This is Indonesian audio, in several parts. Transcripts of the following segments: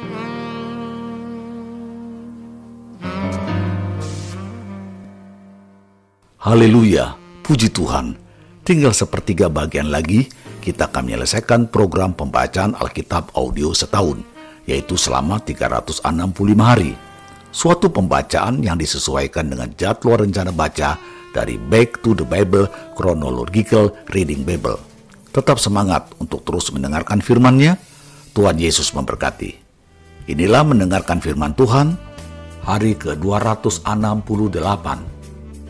Haleluya, puji Tuhan. Tinggal sepertiga bagian lagi, kita akan menyelesaikan program pembacaan Alkitab audio setahun, yaitu selama 365 hari. Suatu pembacaan yang disesuaikan dengan jadwal rencana baca dari Back to the Bible Chronological Reading Bible. Tetap semangat untuk terus mendengarkan firman-Nya. Tuhan Yesus memberkati. Inilah mendengarkan firman Tuhan, hari ke-268.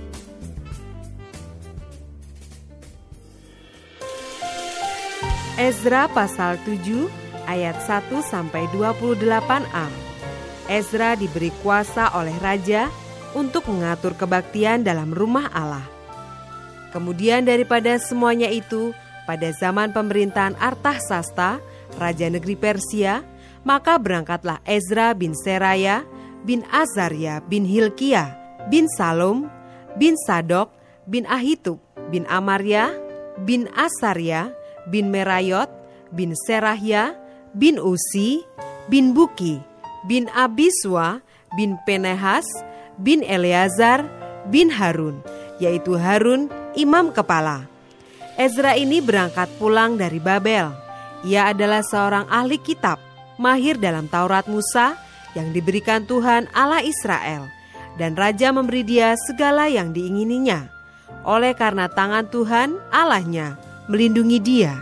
Ezra pasal 7 ayat 1-28a. Ezra diberi kuasa oleh raja untuk mengatur kebaktian dalam rumah Allah. Kemudian daripada semuanya itu, pada zaman pemerintahan Artasasta, raja negeri Persia, maka berangkatlah Ezra bin Seraya, bin Azaria, bin Hilkiah, bin Salom, bin Sadok, bin Ahitub, bin Amaria, bin Asaria, bin Merayot, bin Serahya, bin Usi, bin Buki, bin Abiswa, bin Penehas, bin Eleazar, bin Harun, yaitu Harun imam kepala. Ezra ini berangkat pulang dari Babel. Ia adalah seorang ahli kitab, mahir dalam Taurat Musa yang diberikan Tuhan Allah Israel, dan raja memberi dia segala yang diingininya, oleh karena tangan Tuhan Allahnya melindungi dia.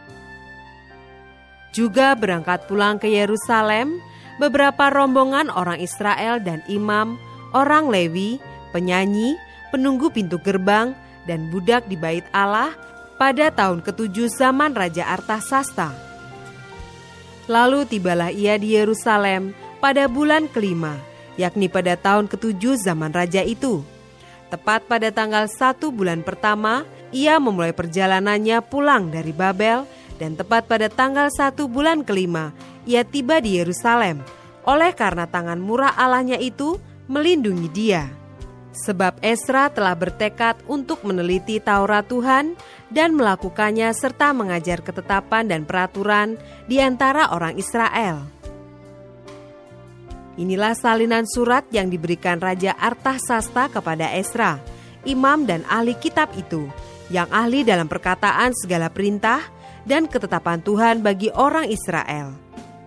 Juga berangkat pulang ke Yerusalem beberapa rombongan orang Israel dan imam, orang Lewi, penyanyi, penunggu pintu gerbang, dan budak di bait Allah pada tahun ke-7 zaman Raja Artasasta. Lalu tibalah ia di Yerusalem pada bulan ke-5, yakni pada tahun ke-7 zaman raja itu. Tepat pada tanggal 1 bulan pertama, ia memulai perjalanannya pulang dari Babel, dan tepat pada tanggal 1 bulan ke-5, ia tiba di Yerusalem, oleh karena tangan murah Allahnya itu melindungi dia. Sebab Ezra telah bertekad untuk meneliti Taurat Tuhan dan melakukannya serta mengajar ketetapan dan peraturan di antara orang Israel. Inilah salinan surat yang diberikan Raja Artasasta kepada Ezra, imam dan ahli kitab itu, yang ahli dalam perkataan segala perintah dan ketetapan Tuhan bagi orang Israel.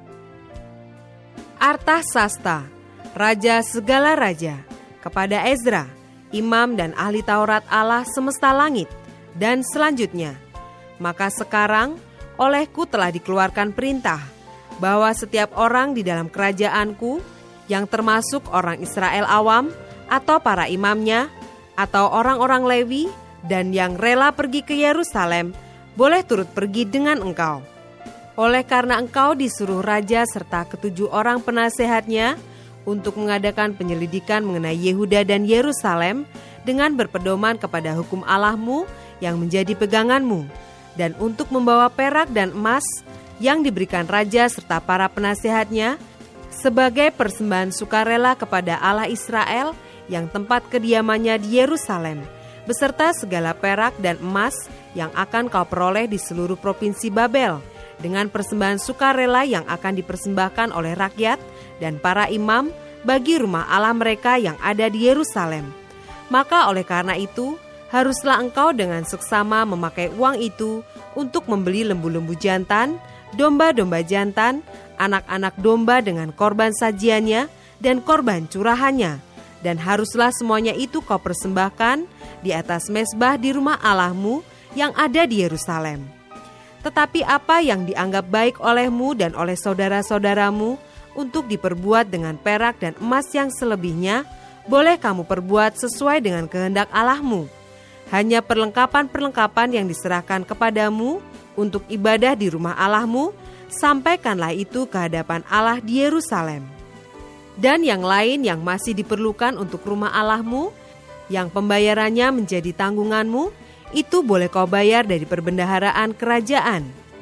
Artasasta, raja segala raja, kepada Ezra, imam dan ahli Taurat Allah semesta langit, dan selanjutnya. Maka sekarang olehku telah dikeluarkan perintah, bahwa setiap orang di dalam kerajaanku, yang termasuk orang Israel awam, atau para imamnya, atau orang-orang Lewi, dan yang rela pergi ke Yerusalem, boleh turut pergi dengan engkau. Oleh karena engkau disuruh raja serta ke-7 orang penasehatnya untuk mengadakan penyelidikan mengenai Yehuda dan Yerusalem dengan berpedoman kepada hukum Allahmu yang menjadi peganganmu, dan untuk membawa perak dan emas yang diberikan raja serta para penasehatnya sebagai persembahan sukarela kepada Allah Israel yang tempat kediamannya di Yerusalem, beserta segala perak dan emas yang akan kau peroleh di seluruh provinsi Babel, dengan persembahan sukarela yang akan dipersembahkan oleh rakyat dan para imam bagi rumah Allah mereka yang ada di Yerusalem. Maka oleh karena itu, haruslah engkau dengan seksama memakai uang itu untuk membeli lembu-lembu jantan, domba-domba jantan, anak-anak domba dengan korban sajiannya dan korban curahannya. Dan haruslah semuanya itu kau persembahkan di atas mezbah di rumah Allahmu yang ada di Yerusalem. Tetapi apa yang dianggap baik olehmu dan oleh saudara-saudaramu untuk diperbuat dengan perak dan emas yang selebihnya, boleh kamu perbuat sesuai dengan kehendak Allahmu. Hanya perlengkapan-perlengkapan yang diserahkan kepadamu untuk ibadah di rumah Allahmu, sampaikanlah itu ke hadapan Allah di Yerusalem. Dan yang lain yang masih diperlukan untuk rumah Allahmu, yang pembayarannya menjadi tanggunganmu, itu boleh kau bayar dari perbendaharaan kerajaan.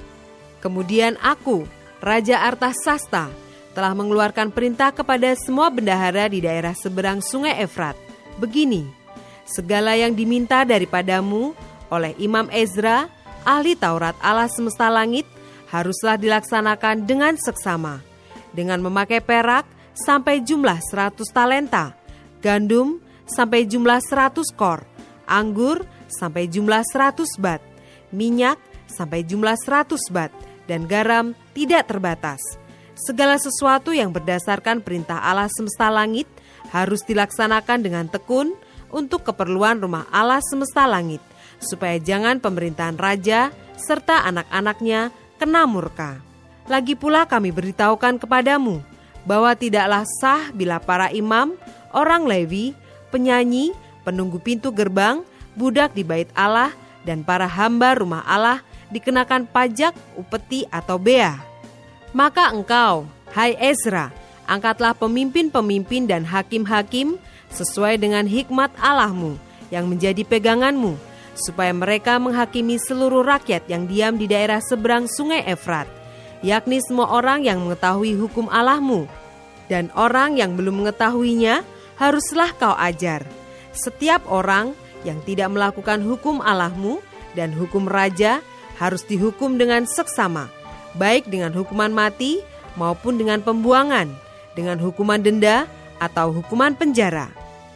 Kemudian aku, Raja Artasasta, telah mengeluarkan perintah kepada semua bendahara di daerah seberang sungai Efrat. Begini, segala yang diminta daripadamu oleh Imam Ezra, ahli Taurat Allah semesta langit, haruslah dilaksanakan dengan seksama. dengan memakai perak sampai jumlah 100 talenta, gandum sampai jumlah 100 kor, anggur sampai jumlah 100 bat, minyak sampai jumlah 100 bat, dan garam tidak terbatas. Segala sesuatu yang berdasarkan perintah Allah semesta langit harus dilaksanakan dengan tekun untuk keperluan rumah Allah semesta langit, supaya jangan pemerintahan raja serta anak-anaknya kena murka. Lagi pula kami beritahukan kepadamu bahwa tidaklah sah bila para imam, orang Lewi, penyanyi, penunggu pintu gerbang, budak di bait Allah, dan para hamba rumah Allah dikenakan pajak, upeti atau bea. Maka engkau, hai Ezra, angkatlah pemimpin-pemimpin dan hakim-hakim sesuai dengan hikmat Allahmu yang menjadi peganganmu, supaya mereka menghakimi seluruh rakyat yang diam di daerah seberang sungai Efrat, yakni semua orang yang mengetahui hukum Allahmu, dan orang yang belum mengetahuinya haruslah kau ajar. Setiap orang yang tidak melakukan hukum Allahmu dan hukum raja harus dihukum dengan seksama, baik dengan hukuman mati maupun dengan pembuangan, dengan hukuman denda atau hukuman penjara.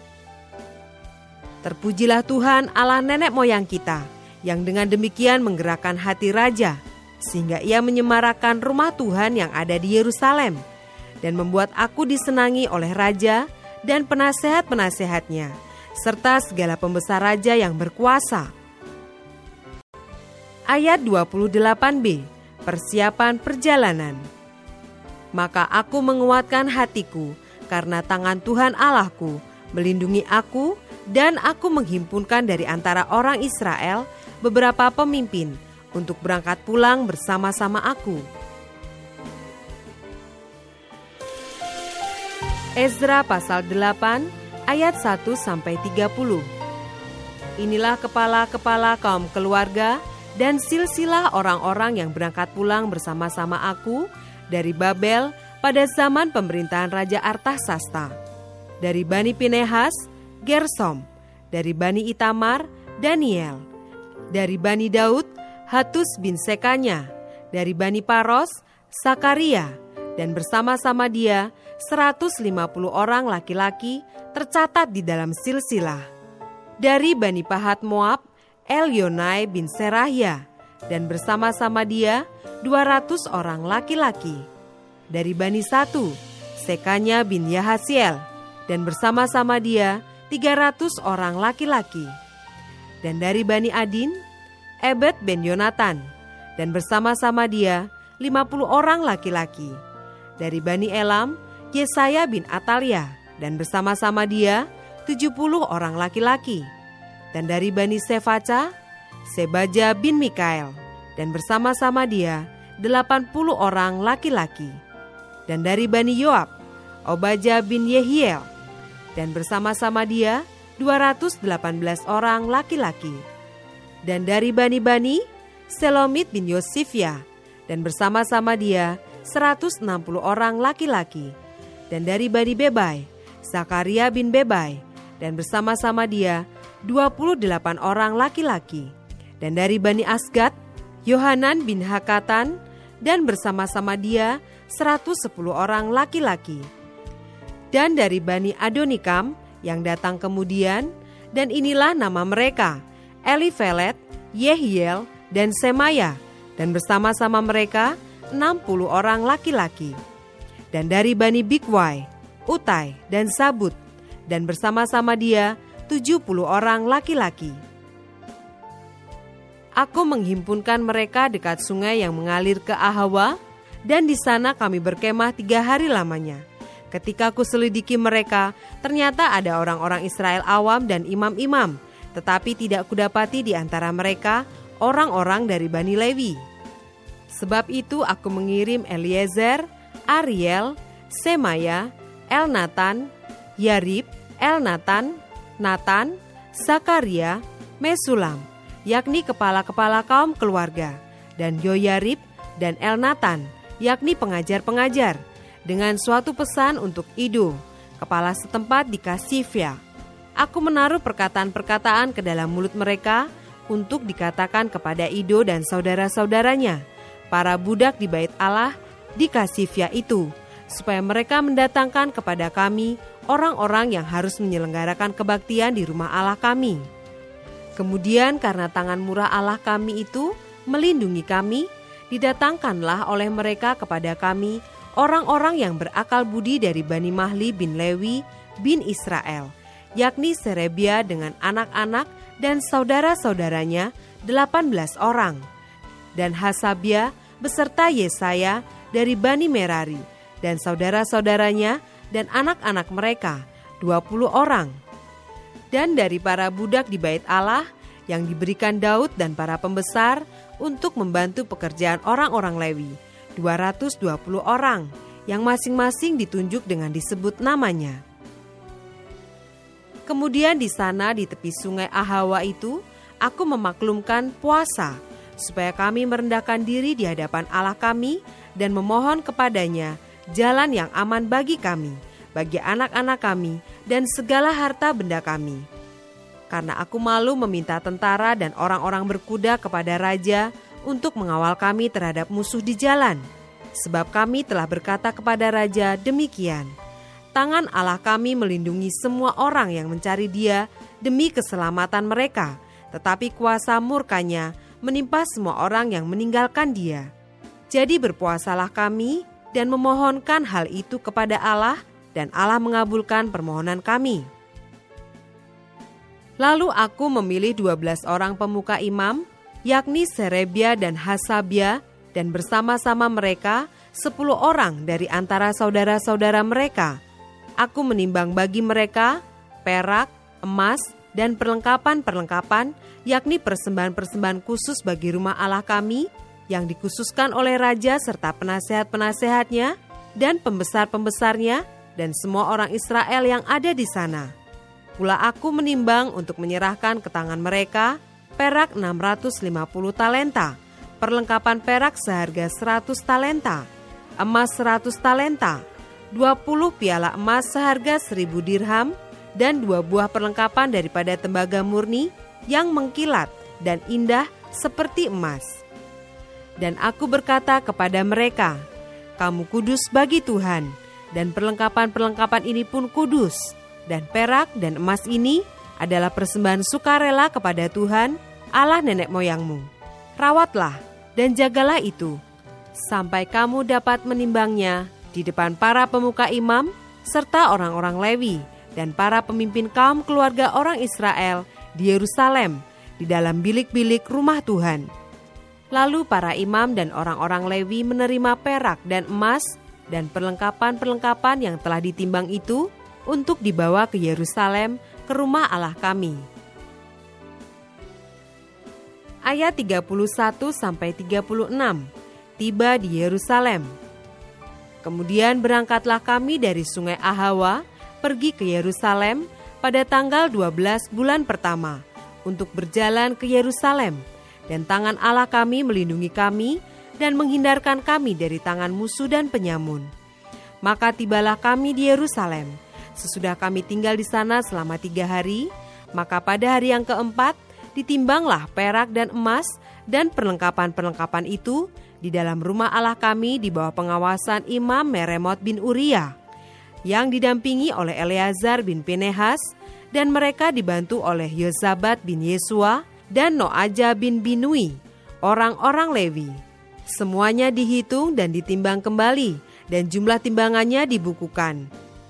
Terpujilah Tuhan Allah nenek moyang kita, yang dengan demikian menggerakkan hati raja, sehingga ia menyemarakan rumah Tuhan yang ada di Yerusalem, dan membuat aku disenangi oleh raja dan penasehat-penasehatnya, serta segala pembesar raja yang berkuasa. Ayat 28b, persiapan perjalanan. Maka aku menguatkan hatiku, karena tangan Tuhan Allahku melindungi aku, dan aku menghimpunkan dari antara orang Israel beberapa pemimpin untuk berangkat pulang bersama-sama aku. Ezra pasal 8 ayat 1-30. Inilah kepala-kepala kaum keluarga dan silsilah orang-orang yang berangkat pulang bersama-sama aku dari Babel pada zaman pemerintahan Raja Artasasta. Dari Bani Pinehas, Gersom. Dari Bani Itamar, Daniel. Dari Bani Daud, Hatus bin Sekanya. Dari Bani Paros, Sakaria. Dan bersama-sama dia 150 orang laki-laki tercatat di dalam silsilah. Dari Bani Pahat Moab, Elionai bin Serahya. Dan bersama-sama dia 200 orang laki-laki. Dari Bani Satu, Sekanya bin Yahasiel. Dan bersama-sama dia 300 orang laki-laki. Dan dari Bani Adin, Ebed ben Yonatan. Dan bersama-sama dia 50 orang laki-laki. Dari Bani Elam, Yesaya bin Atalia. Dan bersama-sama dia 70 orang laki-laki. Dan dari Bani Sefaca, Sebaja bin Mikael. Dan bersama-sama dia 80 orang laki-laki. Dan dari Bani Yoab, Obaja bin Yehiel. Dan bersama-sama dia 218 orang laki-laki. Dan dari Bani-Bani, Selomit bin Yosifya. Dan bersama-sama dia 160 orang laki-laki. Dan dari Bani Bebai, Zakaria bin Bebai. Dan bersama-sama dia 28 orang laki-laki. Dan dari Bani Asgad, Yohanan bin Hakatan. Dan bersama-sama dia 110 orang laki-laki. Dan dari Bani Adonikam yang datang kemudian, dan inilah nama mereka, Elifelet, Yehiel, dan Semaya, dan bersama-sama mereka 60 orang laki-laki. Dan dari Bani Bikwai, Utai, dan Sabut, dan bersama-sama dia 70 orang laki-laki. Aku menghimpunkan mereka dekat sungai yang mengalir ke Ahawa, dan di sana kami berkemah 3 hari lamanya. Ketika aku selidiki mereka, ternyata ada orang-orang Israel awam dan imam-imam, tetapi tidak kudapati di antara mereka orang-orang dari Bani Lewi. Sebab itu aku mengirim Eliezer, Ariel, Semaya, Elnatan, Yarib, Elnatan, Natan, Zakaria, Mesulam, yakni kepala-kepala kaum keluarga, dan Yoyarib dan Elnatan, yakni pengajar-pengajar, dengan suatu pesan untuk Ido, kepala setempat di Kasifia. Aku menaruh perkataan-perkataan ke dalam mulut mereka untuk dikatakan kepada Ido dan saudara-saudaranya, para budak di bait Allah di Kasifia itu, supaya mereka mendatangkan kepada kami orang-orang yang harus menyelenggarakan kebaktian di rumah Allah kami. Kemudian karena tangan murah Allah kami itu melindungi kami, didatangkanlah oleh mereka kepada kami orang-orang yang berakal budi dari Bani Mahli bin Lewi bin Israel, yakni Serebia dengan anak-anak dan saudara-saudaranya 18 orang, dan Hasabia beserta Yesaya dari Bani Merari dan saudara-saudaranya dan anak-anak mereka 20 orang. Dan dari para budak di bait Allah yang diberikan Daud dan para pembesar untuk membantu pekerjaan orang-orang Lewi, 220 orang yang masing-masing ditunjuk dengan disebut namanya. Kemudian di sana di tepi sungai Ahawa itu, aku memaklumkan puasa, supaya kami merendahkan diri di hadapan Allah kami dan memohon kepadanya jalan yang aman bagi kami, bagi anak-anak kami, dan segala harta benda kami. Karena aku malu meminta tentara dan orang-orang berkuda kepada raja untuk mengawal kami terhadap musuh di jalan. Sebab kami telah berkata kepada raja demikian, tangan Allah kami melindungi semua orang yang mencari Dia demi keselamatan mereka, tetapi kuasa murkanya menimpa semua orang yang meninggalkan Dia. Jadi berpuasalah kami dan memohonkan hal itu kepada Allah, dan Allah mengabulkan permohonan kami. Lalu aku memilih 12 orang pemuka imam, yakni Serebia dan Hasabia, dan bersama-sama mereka 10 orang dari antara saudara-saudara mereka. Aku menimbang bagi mereka perak, emas, dan perlengkapan-perlengkapan, yakni persembahan-persembahan khusus bagi rumah Allah kami, yang dikhususkan oleh raja serta penasehat-penasehatnya dan pembesar-pembesarnya dan semua orang Israel yang ada di sana. Pula aku menimbang untuk menyerahkan ke tangan mereka perak 650 talenta, perlengkapan perak seharga 100 talenta, emas 100 talenta, 20 piala emas seharga 1000 dirham, dan 2 buah perlengkapan daripada tembaga murni yang mengkilat dan indah seperti emas. Dan aku berkata kepada mereka, kamu kudus bagi Tuhan, dan perlengkapan-perlengkapan ini pun kudus, dan perak dan emas ini adalah persembahan sukarela kepada Tuhan, Allah nenek moyangmu. Rawatlah dan jagalah itu, sampai kamu dapat menimbangnya di depan para pemuka imam, serta orang-orang Lewi, dan para pemimpin kaum keluarga orang Israel di Yerusalem, di dalam bilik-bilik rumah Tuhan. Lalu para imam dan orang-orang Lewi menerima perak dan emas dan perlengkapan-perlengkapan yang telah ditimbang itu untuk dibawa ke Yerusalem, ke rumah Allah kami. Ayat 31-36, tiba di Yerusalem. Kemudian berangkatlah kami dari sungai Ahawa, pergi ke Yerusalem pada tanggal 12 bulan pertama, untuk berjalan ke Yerusalem. Dan tangan Allah kami melindungi kami dan menghindarkan kami dari tangan musuh dan penyamun. Maka tibalah kami di Yerusalem. Sesudah kami tinggal di sana selama 3 hari, maka pada hari yang keempat ditimbanglah perak dan emas dan perlengkapan-perlengkapan itu di dalam rumah Allah kami di bawah pengawasan Imam Meremot bin Uria, yang didampingi oleh Eleazar bin Pinehas, dan mereka dibantu oleh Yozabat bin Yesua dan Noaja bin Binui, orang-orang Lewi. Semuanya dihitung dan ditimbang kembali, dan jumlah timbangannya dibukukan.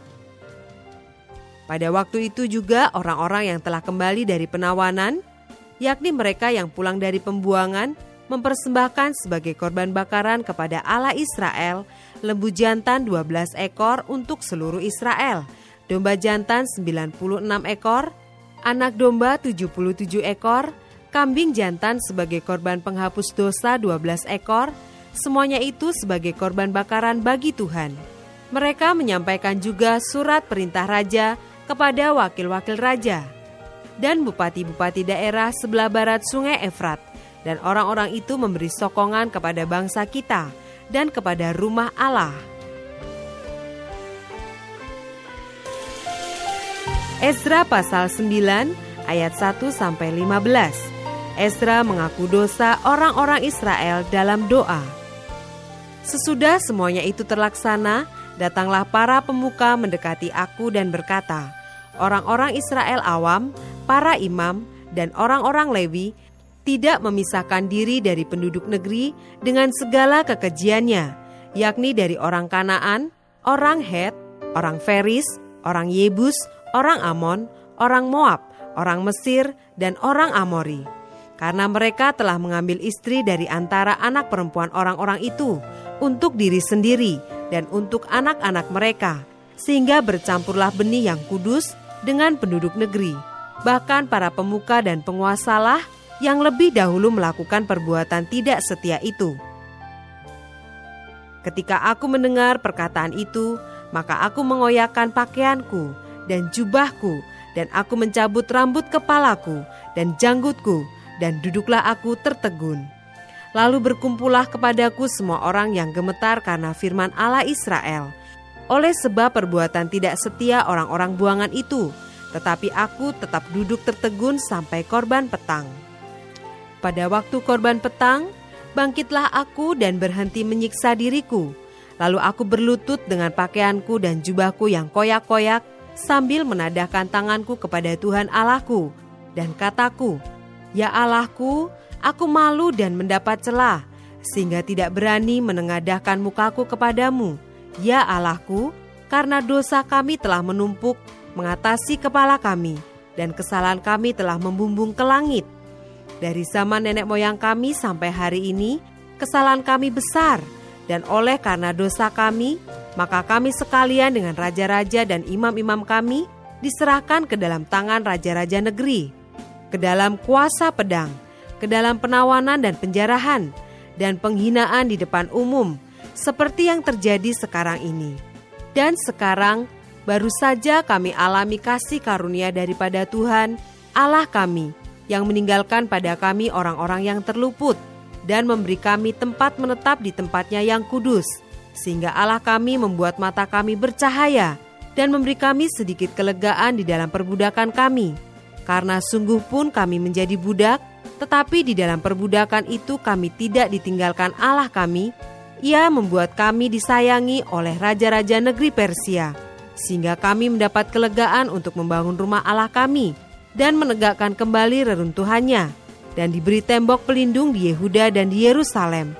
Pada waktu itu juga orang-orang yang telah kembali dari penawanan, yakni mereka yang pulang dari pembuangan, mempersembahkan sebagai korban bakaran kepada Allah Israel, lembu jantan 12 ekor untuk seluruh Israel, domba jantan 96 ekor, anak domba 77 ekor, kambing jantan sebagai korban penghapus dosa 12 ekor, semuanya itu sebagai korban bakaran bagi Tuhan. Mereka menyampaikan juga surat perintah raja kepada wakil-wakil raja dan bupati-bupati daerah sebelah barat sungai Efrat, dan orang-orang itu memberi sokongan kepada bangsa kita dan kepada rumah Allah. Ezra pasal 9 ayat 1-15. Ezra mengaku dosa orang-orang Israel dalam doa. Sesudah semuanya itu terlaksana datanglah para pemuka mendekati aku dan berkata, orang-orang Israel awam, para imam, dan orang-orang Lewi tidak memisahkan diri dari penduduk negeri dengan segala kekejiannya, yakni dari orang Kanaan, orang Het, orang Feris, orang Yebus, orang Amon, orang Moab, orang Mesir, dan orang Amori. Karena mereka telah mengambil istri dari antara anak perempuan orang-orang itu untuk diri sendiri dan untuk anak-anak mereka, sehingga bercampurlah benih yang kudus dengan penduduk negeri. Bahkan para pemuka dan penguasalah yang lebih dahulu melakukan perbuatan tidak setia itu. Ketika aku mendengar perkataan itu, maka aku mengoyakkan pakaianku dan jubahku, dan aku mencabut rambut kepalaku dan janggutku, dan duduklah aku tertegun. Lalu berkumpullah kepadaku semua orang yang gemetar karena firman Allah Israel, oleh sebab perbuatan tidak setia orang-orang buangan itu. Tetapi aku tetap duduk tertegun sampai korban petang. Pada waktu korban petang, bangkitlah aku dan berhenti menyiksa diriku. Lalu aku berlutut dengan pakaianku dan jubahku yang koyak-koyak, sambil menadahkan tanganku kepada Tuhan Allahku, dan kataku, ya Allahku, aku malu dan mendapat celah, sehingga tidak berani menengadahkan mukaku kepadamu. Ya Allahku, karena dosa kami telah menumpuk, mengatasi kepala kami, dan kesalahan kami telah membumbung ke langit. Dari zaman nenek moyang kami sampai hari ini, kesalahan kami besar, dan oleh karena dosa kami, maka kami sekalian dengan raja-raja dan imam-imam kami diserahkan ke dalam tangan raja-raja negeri, ke dalam kuasa pedang, ke dalam penawanan dan penjarahan, dan penghinaan di depan umum, seperti yang terjadi sekarang ini. Dan sekarang, baru saja kami alami kasih karunia daripada Tuhan, Allah kami, yang meninggalkan pada kami orang-orang yang terluput, dan memberi kami tempat menetap di tempatnya yang kudus, sehingga Allah kami membuat mata kami bercahaya, dan memberi kami sedikit kelegaan di dalam perbudakan kami. Karena sungguh pun kami menjadi budak, tetapi di dalam perbudakan itu kami tidak ditinggalkan Allah kami. Ia membuat kami disayangi oleh raja-raja negeri Persia, sehingga kami mendapat kelegaan untuk membangun rumah Allah kami dan menegakkan kembali reruntuhannya, dan diberi tembok pelindung di Yehuda dan di Yerusalem.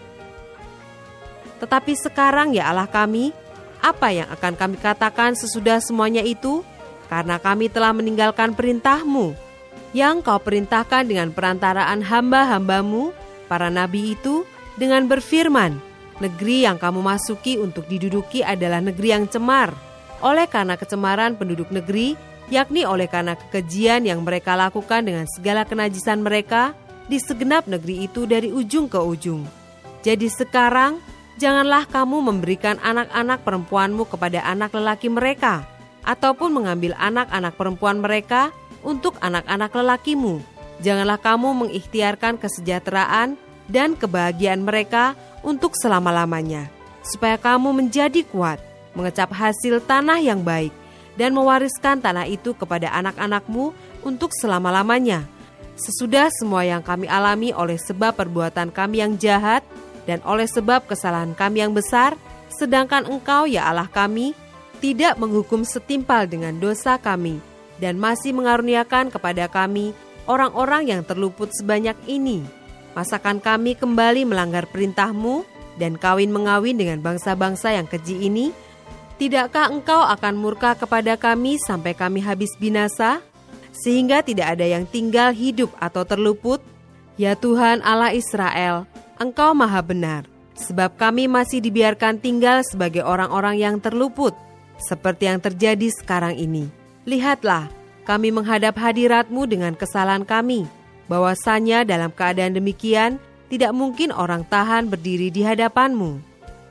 Tetapi sekarang ya Allah kami, apa yang akan kami katakan sesudah semuanya itu? Karena kami telah meninggalkan perintah-Mu, yang Kau perintahkan dengan perantaraan hamba-hambamu, para nabi itu, dengan berfirman, negeri yang kamu masuki untuk diduduki adalah negeri yang cemar, oleh karena kecemaran penduduk negeri, yakni oleh karena kekejian yang mereka lakukan dengan segala kenajisan mereka di segenap negeri itu dari ujung ke ujung. Jadi sekarang, janganlah kamu memberikan anak-anak perempuanmu kepada anak lelaki mereka, ataupun mengambil anak-anak perempuan mereka untuk anak-anak lelakimu. Janganlah kamu mengikhtiarkan kesejahteraan dan kebahagiaan mereka untuk selama-lamanya, supaya kamu menjadi kuat, mengecap hasil tanah yang baik, dan mewariskan tanah itu kepada anak-anakmu untuk selama-lamanya. Sesudah semua yang kami alami oleh sebab perbuatan kami yang jahat, dan oleh sebab kesalahan kami yang besar, sedangkan Engkau ya Allah kami, tidak menghukum setimpal dengan dosa kami, dan masih mengaruniakan kepada kami orang-orang yang terluput sebanyak ini. Masakan kami kembali melanggar perintah-Mu dan kawin-mengawin dengan bangsa-bangsa yang keji ini? Tidakkah Engkau akan murka kepada kami sampai kami habis binasa, sehingga tidak ada yang tinggal hidup atau terluput? Ya Tuhan Allah Israel, Engkau maha benar, sebab kami masih dibiarkan tinggal sebagai orang-orang yang terluput, seperti yang terjadi sekarang ini. Lihatlah, kami menghadap hadirat-Mu dengan kesalahan kami, bahwasanya dalam keadaan demikian, tidak mungkin orang tahan berdiri di hadapan-Mu.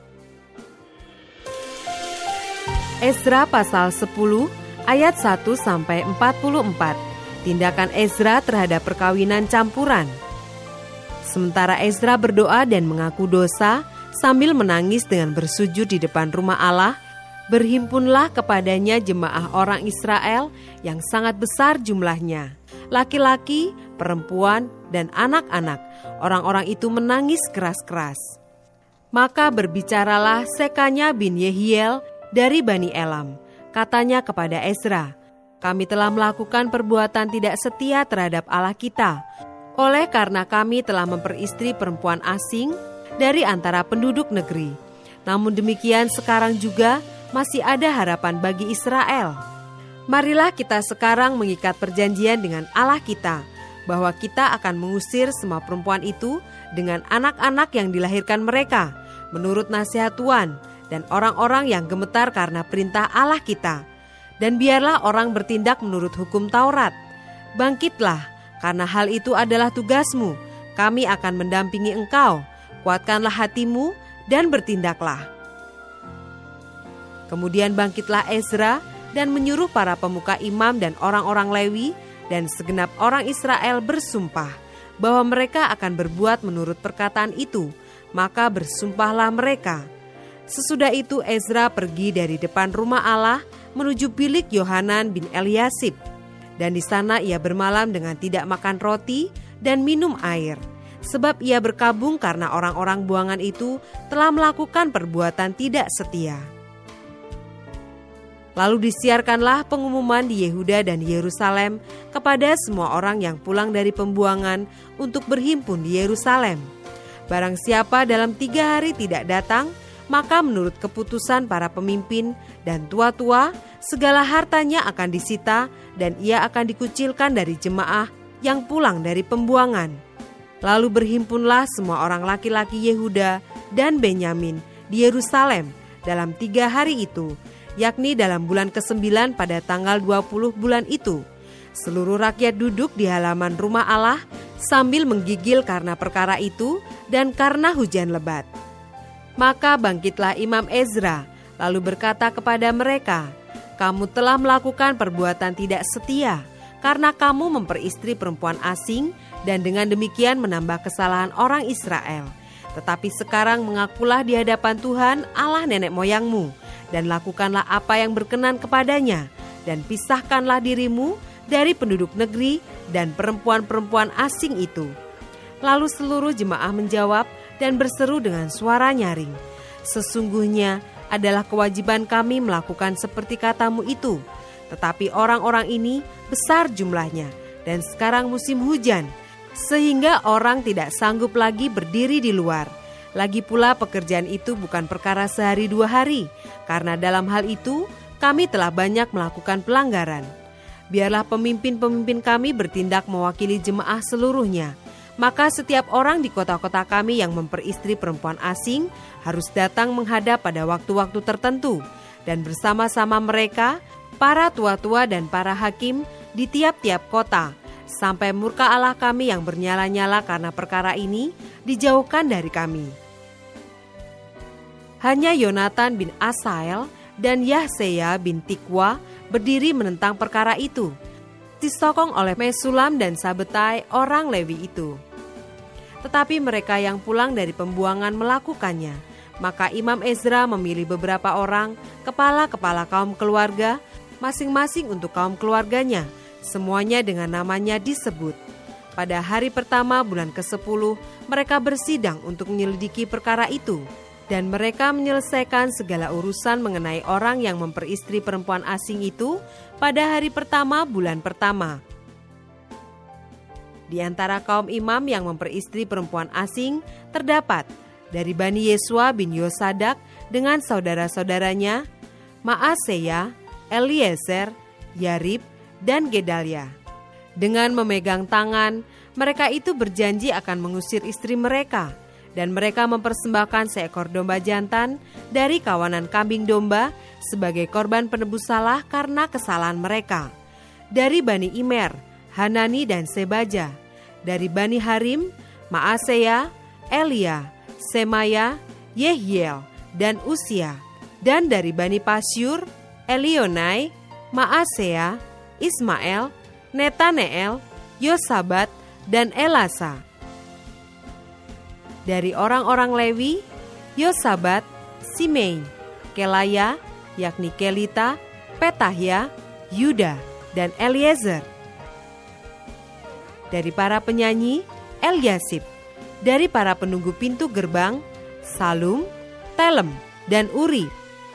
Ezra pasal 10 ayat 1-44. Tindakan Ezra terhadap perkawinan campuran. Sementara Ezra berdoa dan mengaku dosa sambil menangis dengan bersujud di depan rumah Allah, berhimpunlah kepadanya jemaah orang Israel yang sangat besar jumlahnya, laki-laki, perempuan, dan anak-anak. Orang-orang itu menangis keras-keras. Maka berbicaralah Sekanya bin Yehiel dari Bani Elam. Katanya kepada Ezra, kami telah melakukan perbuatan tidak setia terhadap Allah kita, oleh karena kami telah memperistri perempuan asing dari antara penduduk negeri. Namun demikian sekarang juga masih ada harapan bagi Israel. Marilah kita sekarang mengikat perjanjian dengan Allah kita, bahwa kita akan mengusir semua perempuan itu dengan anak-anak yang dilahirkan mereka, menurut nasihat Tuhan, dan orang-orang yang gemetar karena perintah Allah kita. Dan biarlah orang bertindak menurut hukum Taurat. Bangkitlah, karena hal itu adalah tugasmu. Kami akan mendampingi engkau. Kuatkanlah hatimu dan bertindaklah. Kemudian bangkitlah Ezra dan menyuruh para pemuka imam dan orang-orang Lewi dan segenap orang Israel bersumpah bahwa mereka akan berbuat menurut perkataan itu. Maka bersumpahlah mereka. Sesudah itu Ezra pergi dari depan rumah Allah menuju bilik Yohanan bin Eliasib. Dan di sana ia bermalam dengan tidak makan roti dan minum air. Sebab ia berkabung karena orang-orang buangan itu telah melakukan perbuatan tidak setia. Lalu disiarkanlah pengumuman di Yehuda dan Yerusalem kepada semua orang yang pulang dari pembuangan untuk berhimpun di Yerusalem. Barang siapa dalam 3 hari tidak datang, maka menurut keputusan para pemimpin dan tua-tua, segala hartanya akan disita dan ia akan dikucilkan dari jemaah yang pulang dari pembuangan. Lalu berhimpunlah semua orang laki-laki Yehuda dan Benyamin di Yerusalem dalam 3 hari itu, yakni dalam bulan ke-9 pada tanggal 20 bulan itu. Seluruh rakyat duduk di halaman rumah Allah sambil menggigil karena perkara itu dan karena hujan lebat. Maka bangkitlah Imam Ezra, lalu berkata kepada mereka, kamu telah melakukan perbuatan tidak setia, karena kamu memperistri perempuan asing dan dengan demikian menambah kesalahan orang Israel. Tetapi sekarang mengakulah di hadapan Tuhan Allah nenek moyangmu, dan lakukanlah apa yang berkenan kepadanya, dan pisahkanlah dirimu dari penduduk negeri dan perempuan-perempuan asing itu. Lalu seluruh jemaah menjawab dan berseru dengan suara nyaring, sesungguhnya adalah kewajiban kami melakukan seperti katamu itu. Tetapi orang-orang ini besar jumlahnya, dan sekarang musim hujan, sehingga orang tidak sanggup lagi berdiri di luar. Lagi pula pekerjaan itu bukan perkara sehari 2 hari, karena dalam hal itu kami telah banyak melakukan pelanggaran. Biarlah pemimpin-pemimpin kami bertindak mewakili jemaah seluruhnya. Maka setiap orang di kota-kota kami yang memperistri perempuan asing harus datang menghadap pada waktu-waktu tertentu, dan bersama-sama mereka, para tua-tua dan para hakim di tiap-tiap kota, sampai murka Allah kami yang bernyala-nyala karena perkara ini dijauhkan dari kami. Hanya Yonatan bin Asael dan Yahseya bin Tikwa berdiri menentang perkara itu, disokong oleh Mesulam dan Sabetai orang Lewi itu. Tetapi mereka yang pulang dari pembuangan melakukannya. Maka Imam Ezra memilih beberapa orang, kepala-kepala kaum keluarga, masing-masing untuk kaum keluarganya, semuanya dengan namanya disebut. Pada hari pertama bulan ke-10, mereka bersidang untuk menyelidiki perkara itu, dan mereka menyelesaikan segala urusan mengenai orang yang memperistri perempuan asing itu pada hari pertama bulan pertama. Di antara kaum imam yang memperistri perempuan asing, terdapat dari Bani Yesua bin Yosadak dengan saudara-saudaranya, Maaseya, Eliezer, Yarib, dan Gedalia. Dengan memegang tangan, mereka itu berjanji akan mengusir istri mereka, dan mereka mempersembahkan seekor domba jantan dari kawanan kambing domba sebagai korban penebus salah karena kesalahan mereka. Dari Bani Imer, Hanani dan Sebaja. Dari Bani Harim, Maaseya, Elia, Semaya, Yehiel, dan Usia. Dan dari Bani Pasyur, Elionai, Maaseya, Ismael, Netaneel, Yosabat, dan Elasa. Dari orang-orang Lewi, Yosabat, Simei, Kelaya, yakni Kelita, Petahya, Yuda, dan Eliezer. Dari para penyanyi, Eliasib. Dari para penunggu pintu gerbang, Salum, Telem, dan Uri.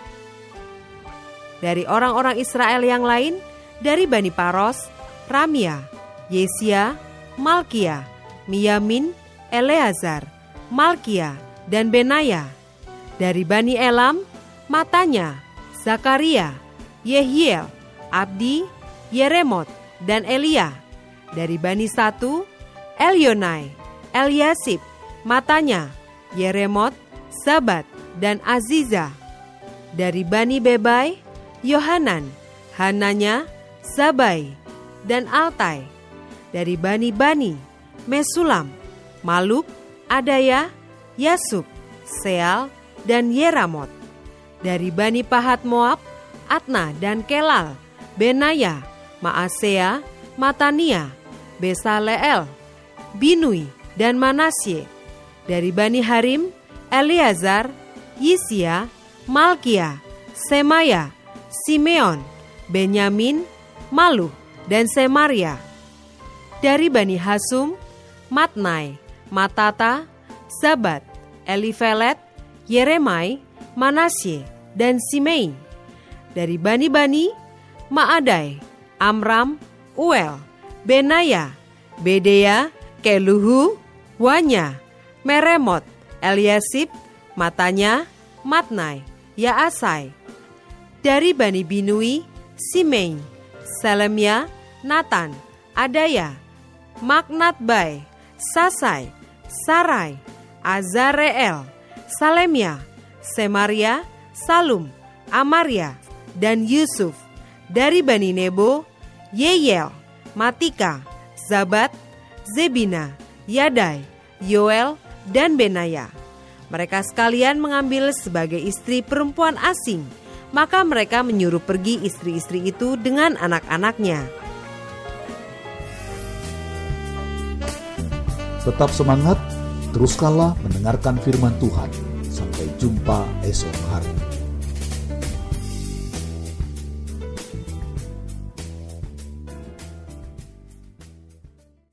Dari orang-orang Israel yang lain, dari Bani Paros, Ramia, Yesia, Malkia, Miyamin, Eleazar, Malkia, dan Benaya. Dari Bani Elam, Matanya, Zakaria, Yehiel, Abdi, Yeremot, dan Elia. Dari Bani Satu, Elionai, Eliasib, Matanya, Yeremot, Zabat, dan Aziza. Dari Bani Bebai, Yohanan, Hananya, Zabai, dan Altai. Dari Bani, Mesulam, Maluk, Adaya, Yasub, Seal, dan Yeramot. Dari Bani Pahat Moab, Atna dan Kelal, Benaya, Maasea, Matania, Besaleel, Binui, dan Manasye. Dari Bani Harim, Eleazar, Yisia, Malkia, Semaya, Simeon, Benyamin, Maluh, dan Semaria. Dari Bani Hasum, Matnai, Matata, Zabat, Elifelet, Yeremai, Manasye, dan Simei. Dari Bani, Maadai, Amram, Uel, Benaya, Bedea, Keluhu, Wanya, Meremot, Eliasib, Matanya, Matnai, Yaasai. Dari Bani Binui, Simei, Selemia, Natan, Adaya, Maknatbai, Sasai, Sarai, Azareel, Salemia, Semaria, Salum, Amaria, dan Yusuf. Dari Bani Nebo, Yeyel, Matika, Zabat, Zebina, Yadai, Yoel, dan Benaya. Mereka sekalian mengambil sebagai istri perempuan asing. Maka mereka menyuruh pergi istri-istri itu dengan anak-anaknya. Tetap semangat, teruskanlah mendengarkan firman Tuhan. Sampai jumpa esok hari.